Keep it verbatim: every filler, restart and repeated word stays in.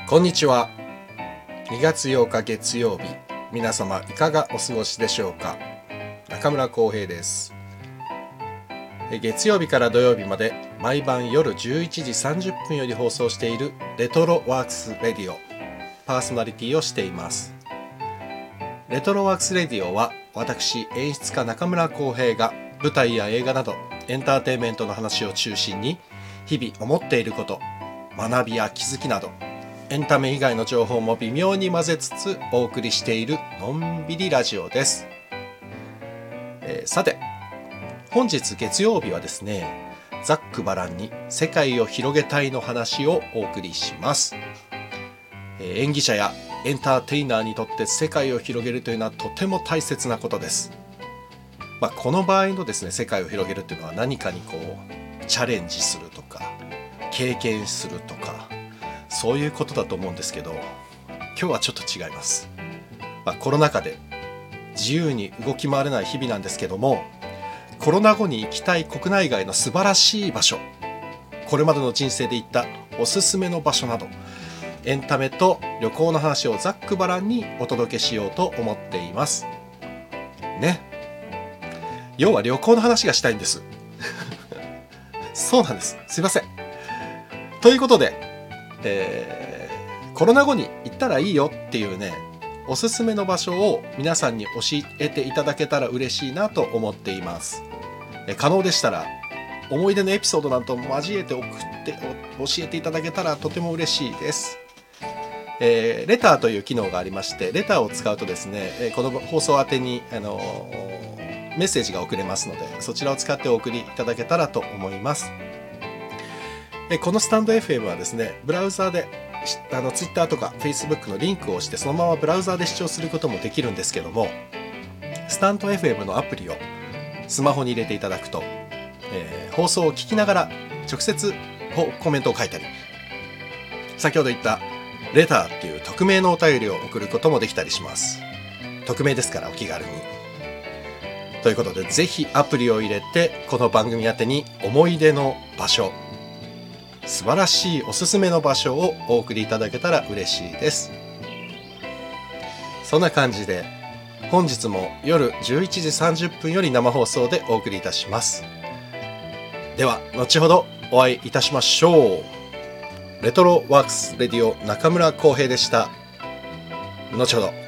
こんにちは。にがつようか月曜日、皆様いかがお過ごしでしょうか。中村浩平です。月曜日から土曜日まで毎晩夜じゅういちじさんじゅっぷんより放送しているレトロワークスレディオ、パーソナリティをしています。レトロワークスレディオは私演出家中村浩平が舞台や映画などエンターテインメントの話を中心に日々思っていること、学びや気づきなどエンタメ以外の情報も微妙に混ぜつつお送りしているのんびりラジオです。えー、さて本日月曜日はですね、ざっくばらんに世界を広げたいの話をお送りします。えー、演技者やエンターテイナーにとって世界を広げるというのはとても大切なことです。まあ、この場合のですね、世界を広げるというのは何かにこうチャレンジするとか経験するとかそういうことだと思うんですけど、今日はちょっと違います。まあ、コロナ禍で自由に動き回れない日々なんですけども、コロナ後に行きたい国内外の素晴らしい場所、これまでの人生で行ったおすすめの場所などエンタメと旅行の話をざっくばらんにお届けしようと思っていますね。要は旅行の話がしたいんですそうなんです、すいません。ということで、えー、コロナ後に行ったらいいよっていうね、おすすめの場所を皆さんに教えていただけたら嬉しいなと思っています。え可能でしたら思い出のエピソードなんと交えて送って教えていただけたらとても嬉しいです。えー、レターという機能がありまして、レターを使うとですね、えー、この放送宛てに、あのー、メッセージが送れますので、そちらを使ってお送りいただけたらと思います。えー、このスタンド エフエム はですね、ブラウザであの Twitter とか Facebook のリンクを押してそのままブラウザで視聴することもできるんですけども、スタンド エフエム のアプリをスマホに入れていただくと、えー、放送を聞きながら直接コメントを書いたり、先ほど言ったレターっていう匿名のお便りを送ることもできたりします。匿名ですからお気軽に。ということで、ぜひアプリを入れてこの番組宛てに思い出の場所、素晴らしいおすすめの場所をお送りいただけたら嬉しいです。そんな感じで本日も夜じゅういちじさんじゅっぷんより生放送でお送りいたします。では後ほどお会いいたしましょう。レトロワークスレディオ中村浩平でした。後ほど。